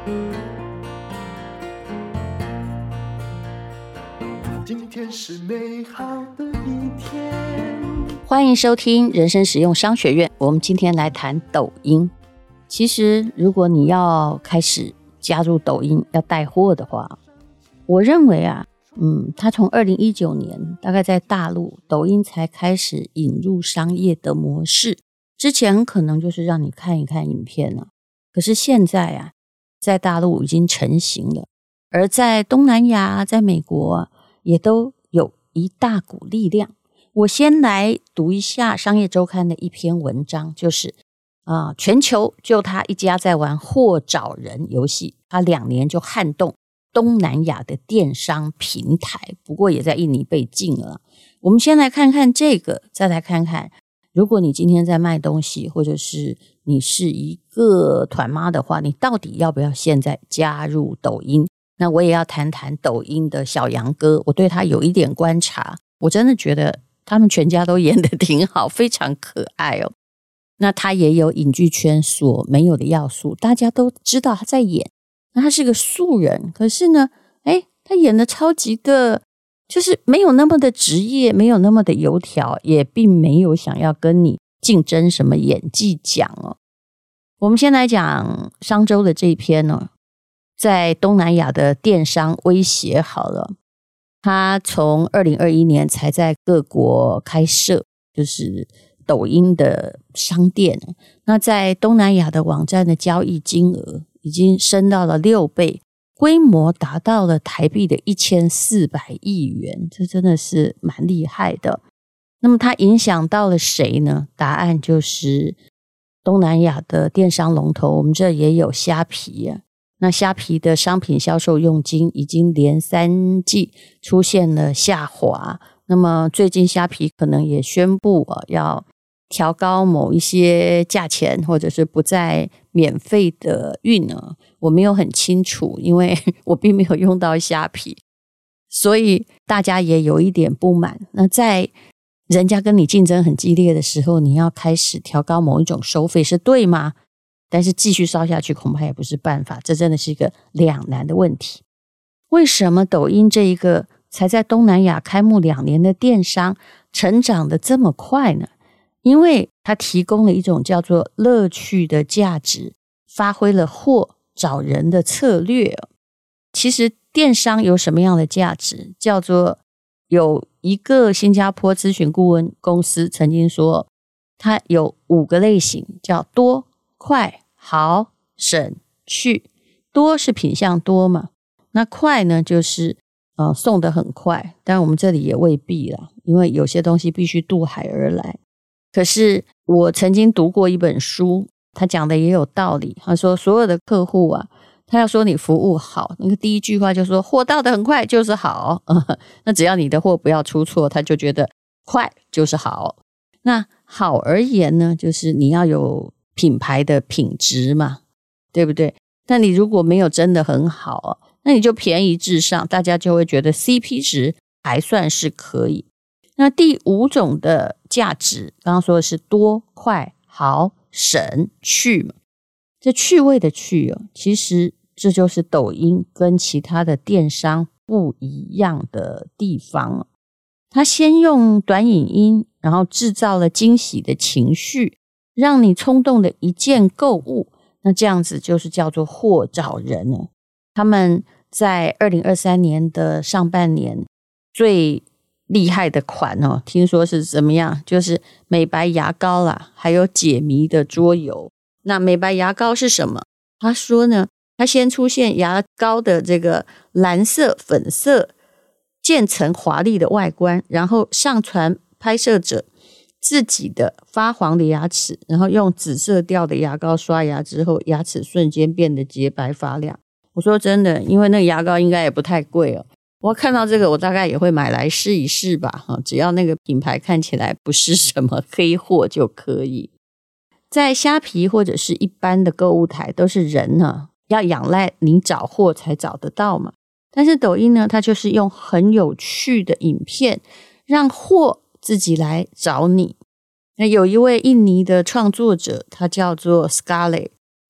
今天是美好的一天。 欢迎收听人生实用商学院。我们今天来谈抖音。其实如果你要开始加入抖音要带货的话，我认为它从2019年大概在大陆抖音才开始引入商业的模式，之前很可能就是让你看一看影片了。可是现在在大陆已经成型了，而在东南亚在美国也都有一大股力量。我先来读一下商业周刊的一篇文章，就是全球就他一家在玩货找人游戏，他2年就撼动东南亚的电商平台，不过也在印尼被禁了。我们先来看看这个，再来看看如果你今天在卖东西，或者是你是一个团妈的话，你到底要不要现在加入抖音？那我也要谈谈抖音的小杨哥，我对他有一点观察，我真的觉得他们全家都演得挺好，非常可爱哦。那他也有影剧圈所没有的要素，大家都知道他在演，那他是个素人，可是呢他演得超级的，就是没有那么的职业，没有那么的油条，也并没有想要跟你竞争什么演技奖哦。我们先来讲商周的这一篇在东南亚的电商威胁好了，他从2021年才在各国开设，就是抖音的商店。那在东南亚的网站的交易金额已经升到了6倍，规模达到了台币的1400亿元，这真的是蛮厉害的。那么它影响到了谁呢？答案就是东南亚的电商龙头，我们这也有虾皮那虾皮的商品销售佣金已经连3季出现了下滑，那么最近虾皮可能也宣布要调高某一些价钱，或者是不再免费的运我没有很清楚，因为我并没有用到虾皮，所以大家也有一点不满。那在人家跟你竞争很激烈的时候，你要开始调高某一种收费是对吗？但是继续烧下去恐怕也不是办法，这真的是一个两难的问题。为什么抖音这一个才在东南亚开幕2年的电商成长得这么快呢？因为它提供了一种叫做乐趣的价值，发挥了货找人的策略。其实电商有什么样的价值？叫做有一个新加坡咨询顾问公司曾经说，它有5个类型，叫多、快、好、省、去。多是品项多嘛，那快呢就是送得很快，但我们这里也未必啦，因为有些东西必须渡海而来。可是我曾经读过一本书，他讲的也有道理。他说所有的客户他要说你服务好，那个第一句话就说货到得很快就是好那只要你的货不要出错，他就觉得快就是好。那好而言呢，就是你要有品牌的品质嘛，对不对？但你如果没有真的很好那你就便宜至上，大家就会觉得 CP 值还算是可以。那第5种的价值，刚刚说的是多、快、好、省、去嘛。这趣味的趣其实这就是抖音跟其他的电商不一样的地方它先用短影音，然后制造了惊喜的情绪，让你冲动的一键购物，那这样子就是叫做货找人了。他们在2023年的上半年最厉害的款听说是怎么样，就是美白牙膏啦，还有解谜的桌游。那美白牙膏是什么？他说呢，他先出现牙膏的这个蓝色、粉色渐层华丽的外观，然后上传拍摄者自己的发黄的牙齿，然后用紫色调的牙膏刷牙之后，牙齿瞬间变得洁白发亮。我说真的，因为那个牙膏应该也不太贵我看到这个我大概也会买来试一试吧只要那个品牌看起来不是什么黑货就可以。在虾皮或者是一般的购物台都是人要仰赖你找货才找得到嘛，但是抖音呢，它就是用很有趣的影片让货自己来找你。那有一位印尼的创作者，他叫做 Scarlett，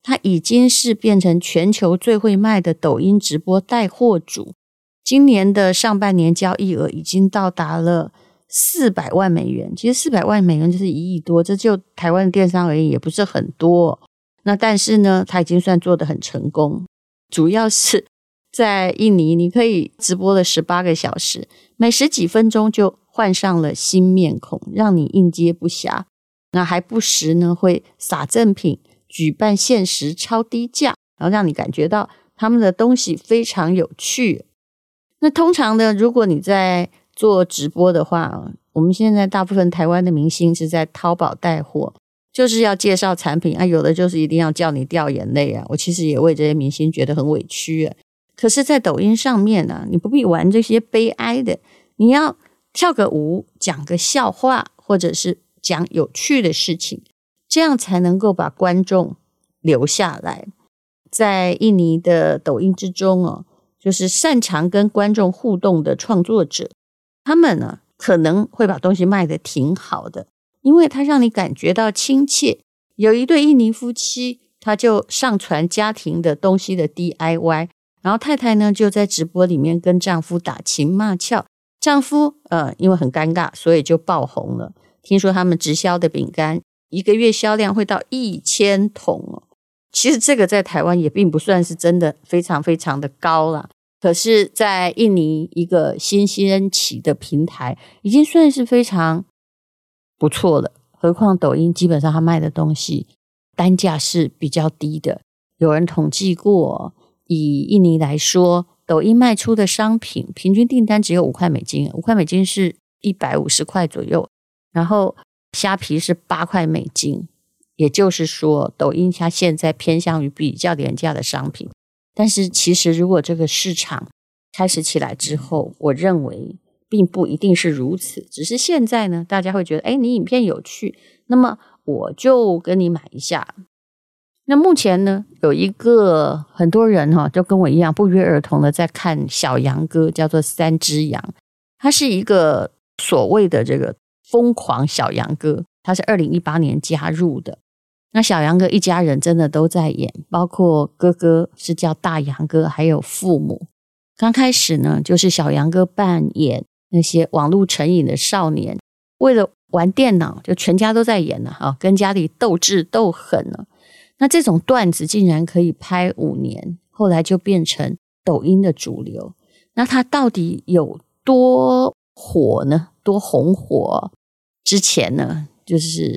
他已经是变成全球最会卖的抖音直播带货主。今年的上半年交易额已经到达了400万美元，其实400万美元就是1亿多，这就台湾的电商而言也不是很多。那但是呢，他已经算做得很成功，主要是在印尼你可以直播了18个小时，每10几分钟就换上了新面孔，让你应接不暇。那还不时呢会撒赠品，举办限时超低价，然后让你感觉到他们的东西非常有趣。那通常呢，如果你在做直播的话，我们现在大部分台湾的明星是在淘宝带货，就是要介绍产品啊，有的就是一定要叫你掉眼泪啊。我其实也为这些明星觉得很委屈啊。可是在抖音上面啊，你不必玩这些悲哀的，你要跳个舞，讲个笑话，或者是讲有趣的事情，这样才能够把观众留下来。在印尼的抖音之中哦，就是擅长跟观众互动的创作者，他们呢可能会把东西卖得挺好的，因为它让你感觉到亲切。有一对印尼夫妻，他就上传家庭的东西的 DIY， 然后太太呢就在直播里面跟丈夫打情骂俏，丈夫因为很尴尬，所以就爆红了。听说他们直销的饼干1个月销量会到1000桶哦。其实这个在台湾也并不算是真的非常非常的高啦，可是在印尼一个新兴起的平台已经算是非常不错了。何况抖音基本上它卖的东西单价是比较低的，有人统计过，以印尼来说，抖音卖出的商品平均订单只有5块美金，5块美金是150块左右，然后虾皮是8块美金。也就是说，抖音它现在偏向于比较廉价的商品，但是其实如果这个市场开始起来之后，我认为并不一定是如此，只是现在呢，大家会觉得你影片有趣，那么我就跟你买一下。那目前呢，有一个很多人就跟我一样不约而同的在看小杨哥，叫做3只羊。他是一个所谓的这个疯狂小杨哥，他是2018年加入的。那小杨哥一家人真的都在演，包括哥哥是叫大杨哥，还有父母。刚开始呢，就是小杨哥扮演那些网络成瘾的少年，为了玩电脑，就全家都在演了跟家里斗智斗狠了。那这种段子竟然可以拍5年，后来就变成抖音的主流。那他到底有多火呢？多红火？之前呢，就是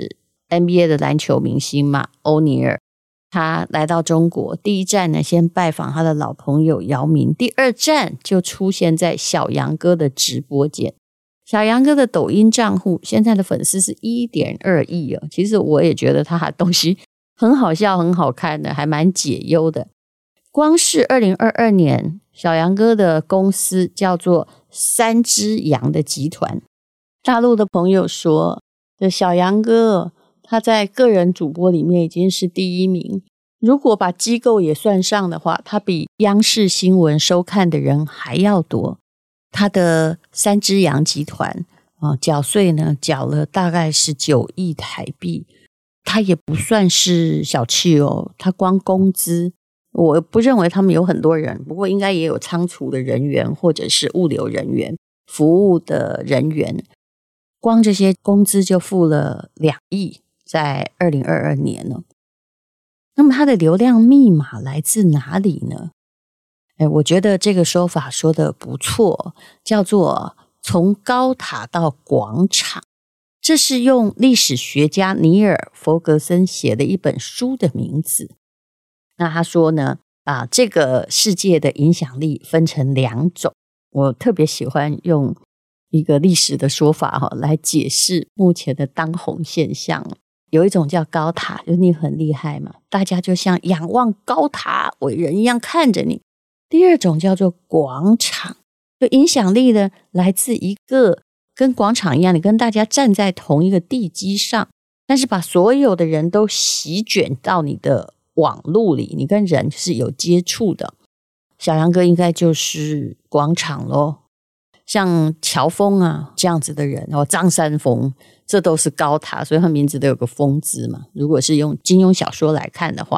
NBA 的篮球明星嘛，欧尼尔，他来到中国，第一站呢先拜访他的老朋友姚明，第2站就出现在小杨哥的直播间。小杨哥的抖音账户现在的粉丝是 1.2 亿哦。其实我也觉得他的东西很好笑很好看的，还蛮解忧的。光是2022年小杨哥的公司叫做3只羊的集团，大陆的朋友说的小杨哥他在个人主播里面已经是第1名，如果把机构也算上的话，他比央视新闻收看的人还要多。他的3只羊集团缴税呢缴了大概是9亿台币，他也不算是小气哦。他光工资，我不认为他们有很多人，不过应该也有仓储的人员或者是物流人员、服务的人员，光这些工资就付了2亿，在2022年了。那么它的流量密码来自哪里呢？我觉得这个说法说得不错，叫做从高塔到广场。这是用历史学家尼尔·弗格森写的一本书的名字。那他说呢，这个世界的影响力分成2种。我特别喜欢用一个历史的说法来解释目前的当红现象。有一种叫高塔，就是你很厉害嘛，大家就像仰望高塔伟人一样看着你。第2种叫做广场，就影响力呢来自一个跟广场一样，你跟大家站在同一个地基上，但是把所有的人都席卷到你的网路里，你跟人是有接触的。小杨哥应该就是广场咯，像乔峰这样子的人张三丰，这都是高塔，所以他名字都有个峰字嘛。如果是用金庸小说来看的话，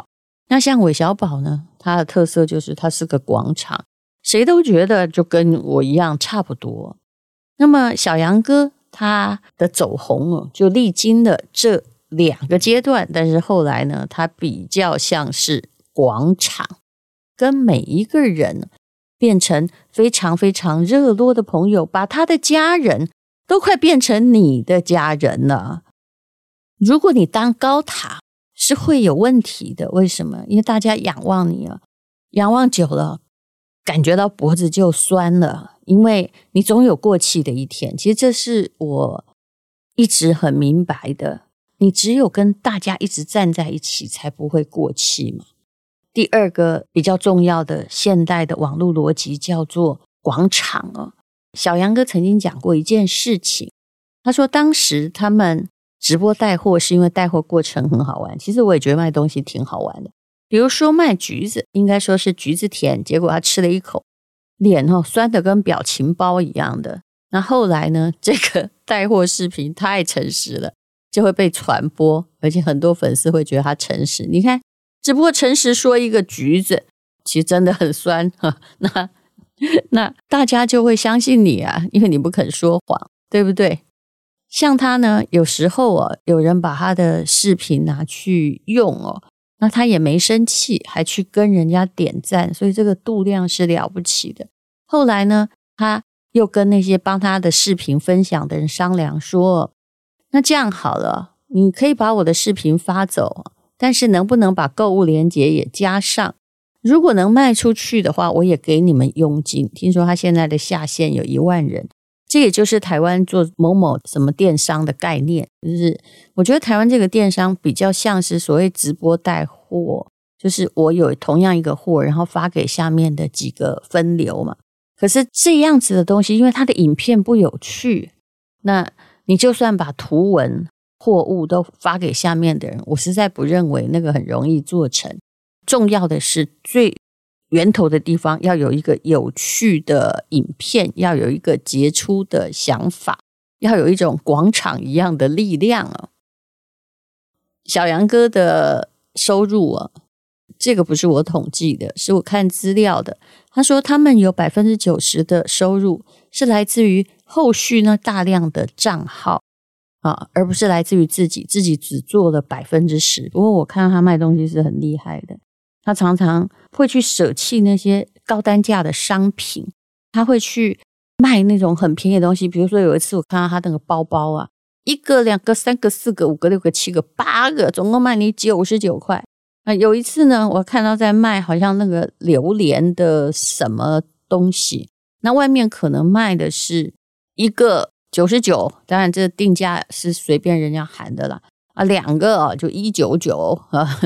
那像韦小宝呢，他的特色就是他是个广场，谁都觉得就跟我一样差不多。那么小杨哥他的走红就历经了这2个阶段，但是后来呢，他比较像是广场，跟每一个人变成非常非常热络的朋友，把他的家人都快变成你的家人了。如果你当高塔是会有问题的，为什么？因为大家仰望你了，仰望久了感觉到脖子就酸了，因为你总有过气的一天。其实这是我一直很明白的，你只有跟大家一直站在一起才不会过气嘛。第2个比较重要的现代的网络逻辑叫做广场小杨哥曾经讲过一件事情，他说当时他们直播带货是因为带货过程很好玩，其实我也觉得卖东西挺好玩的。比如说卖橘子，应该说是橘子甜，结果他吃了一口，脸酸的跟表情包一样的。那后来呢，这个带货视频太诚实了，就会被传播，而且很多粉丝会觉得他诚实。你看，只不过诚实说一个橘子，其实真的很酸那大家就会相信你啊，因为你不肯说谎，对不对？像他呢，有时候有人把他的视频拿去用那他也没生气，还去跟人家点赞，所以这个度量是了不起的。后来呢，他又跟那些帮他的视频分享的人商量说，那这样好了，你可以把我的视频发走，但是能不能把购物链接也加上？如果能卖出去的话，我也给你们佣金。听说他现在的下线有1万人，这也就是台湾做某某什么电商的概念，就是我觉得台湾这个电商比较像是所谓直播带货，就是我有同样一个货，然后发给下面的几个分流嘛。可是这样子的东西，因为它的影片不有趣，那你就算把图文货物都发给下面的人，我实在不认为那个很容易做成。重要的是最源头的地方要有一个有趣的影片，要有一个杰出的想法，要有一种广场一样的力量小杨哥的收入这个不是我统计的，是我看资料的。他说他们有 90% 的收入是来自于后续呢大量的账号而不是来自于自己只做了 10%。 不过我看到他卖东西是很厉害的，他常常会去舍弃那些高单价的商品，他会去卖那种很便宜的东西。比如说有一次我看到他那个包包1个、2个、3个、4个、5个、6个、7个、8个，总共卖你99块。有一次呢，我看到在卖好像那个榴莲的什么东西，那外面可能卖的是1个99，当然这定价是随便人家喊的啦2个就199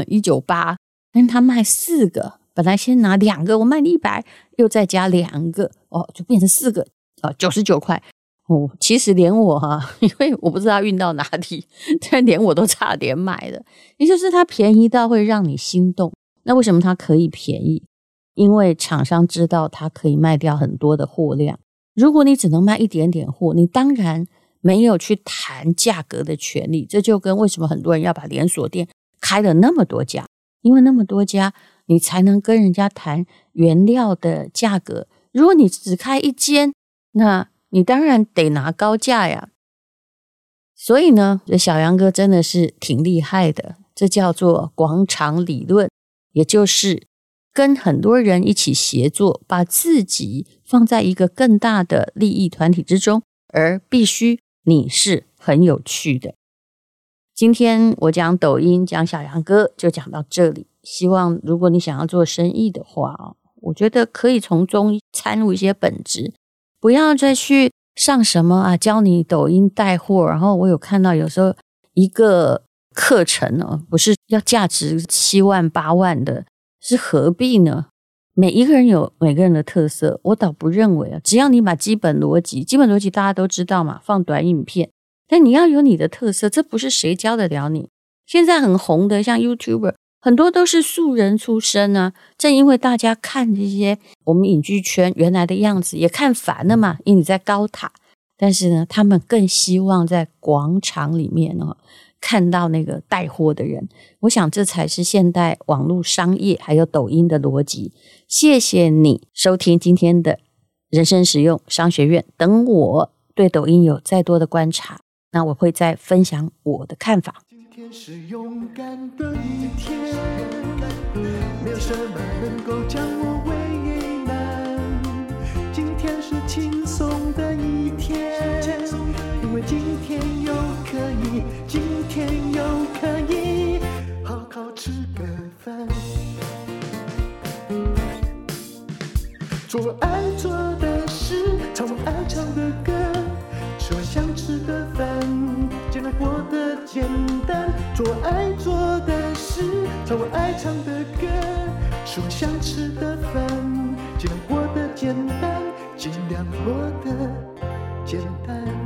198，但是他卖4个，本来先拿2个我卖你100，又再加2个就变成4个99块。其实连我因为我不知道运到哪里，但连我都差点买了。也就是它便宜到会让你心动。那为什么它可以便宜？因为厂商知道它可以卖掉很多的货量。如果你只能卖一点点货，你当然没有去谈价格的权利。这就跟为什么很多人要把连锁店开了那么多家，因为那么多家你才能跟人家谈原料的价格。如果你只开一间，那你当然得拿高价呀。所以呢，这小杨哥真的是挺厉害的，这叫做广场理论，也就是跟很多人一起协作，把自己放在一个更大的利益团体之中，而必须你是很有趣的。今天我讲抖音，讲小杨哥就讲到这里。希望如果你想要做生意的话我觉得可以从中参入一些本质，不要再去上什么教你抖音带货。然后我有看到有时候一个课程不是要价值7万8万的，是何必呢？每一个人有每个人的特色，我倒不认为只要你把基本逻辑大家都知道嘛，放短影片，但你要有你的特色，这不是谁教得了你。现在很红的像 YouTuber， 很多都是素人出身正因为大家看这些我们影剧圈原来的样子也看烦了嘛，因为你在高塔，但是呢他们更希望在广场里面看到那个带货的人。我想这才是现代网络商业还有抖音的逻辑。谢谢你收听今天的人生实用商学院，等我对抖音有再多的观察，那我会再分享我的看法。 今天是勇敢的一天，没有什么能够将我为难。今天是轻松的一天，因为今天又可以，今天又可以好好吃个饭，做我爱做的事，唱我爱唱的歌，吃我想吃的饭，尽量过得简单。做我爱做的事，唱我爱唱的歌，吃我想吃的饭，尽量过得简单，尽量过得简单。